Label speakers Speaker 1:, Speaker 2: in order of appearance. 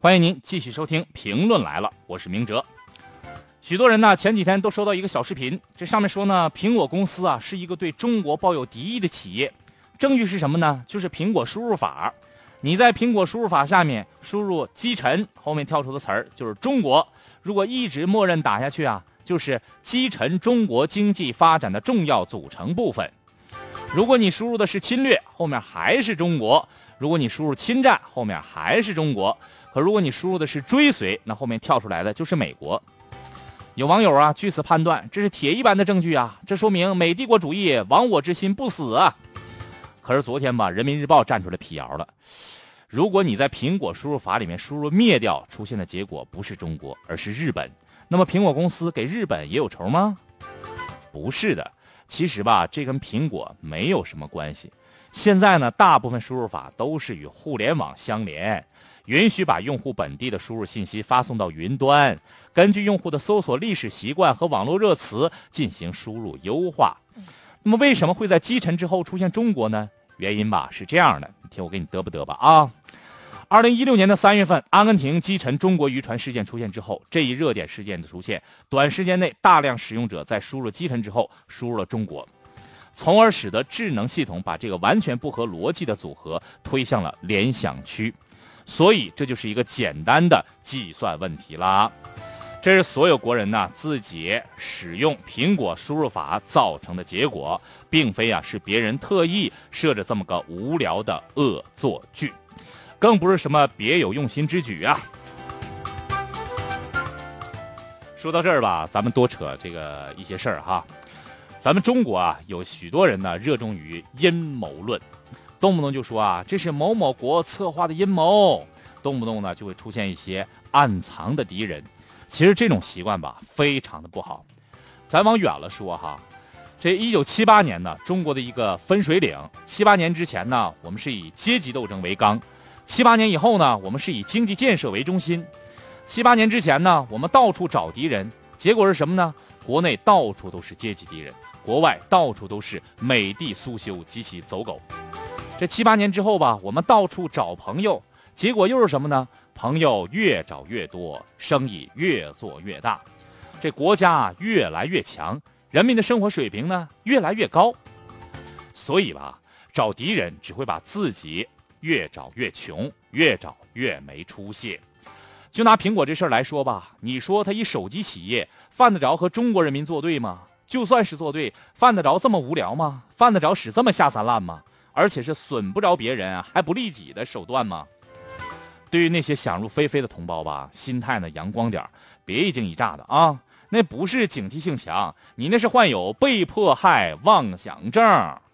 Speaker 1: 欢迎您继续收听评论来了，我是明哲。许多人呢前几天都收到一个小视频，这上面说呢，苹果公司啊是一个对中国抱有敌意的企业。证据是什么呢？就是苹果输入法。你在苹果输入法下面输入击沉，后面跳出的词儿就是中国。如果一直默认打下去啊，就是击沉中国经济发展的重要组成部分。如果你输入的是侵略，后面还是中国；如果你输入侵占，后面还是中国。可如果你输入的是追随，那后面跳出来的就是美国。有网友啊据此判断，这是铁一般的证据啊，这说明美帝国主义亡我之心不死啊。可是昨天吧，人民日报站出来辟谣了。如果你在苹果输入法里面输入灭掉，出现的结果不是中国，而是日本，那么苹果公司给日本也有仇吗？不是的，其实吧，这跟苹果没有什么关系。现在呢，大部分输入法都是与互联网相连，允许把用户本地的输入信息发送到云端，根据用户的搜索历史习惯和网络热词进行输入优化。那么为什么会在击沉之后出现中国呢？原因吧是这样的，你听我给你嘚吧嘚吧啊。2016年的3月份，阿根廷击沉中国渔船事件出现之后，这一热点事件的出现，短时间内大量使用者在输入击沉之后输入了中国，从而使得智能系统把这个完全不合逻辑的组合推向了联想区。所以这就是一个简单的计算问题啦。这是所有国人呢自己使用苹果输入法造成的结果，并非啊是别人特意设置这么个无聊的恶作剧，更不是什么别有用心之举啊。说到这儿吧，咱们多扯这个一些事儿哈。咱们中国啊有许多人呢热衷于阴谋论，动不动就说啊这是某某国策划的阴谋，动不动呢就会出现一些暗藏的敌人。其实这种习惯吧非常的不好。咱往远了说哈，这1978年呢，中国的一个分水岭。78年之前呢，我们是以阶级斗争为纲；78年以后呢，我们是以经济建设为中心。78年之前呢，我们到处找敌人，结果是什么呢？国内到处都是阶级敌人，国外到处都是美帝苏修及其走狗。这78年之后吧，我们到处找朋友，结果又是什么呢？朋友越找越多，生意越做越大，这国家越来越强，人民的生活水平呢越来越高。所以吧，找敌人只会把自己越找越穷，越找越没出息。就拿苹果这事儿来说吧，你说他一手机企业犯得着和中国人民作对吗？就算是作对，犯得着这么无聊吗？犯得着使这么下三滥吗？而且是损不着别人啊还不利己的手段吗？对于那些想入非非的同胞吧，心态呢阳光点，别一惊一乍的啊！那不是警惕性强，你那是患有被迫害妄想症。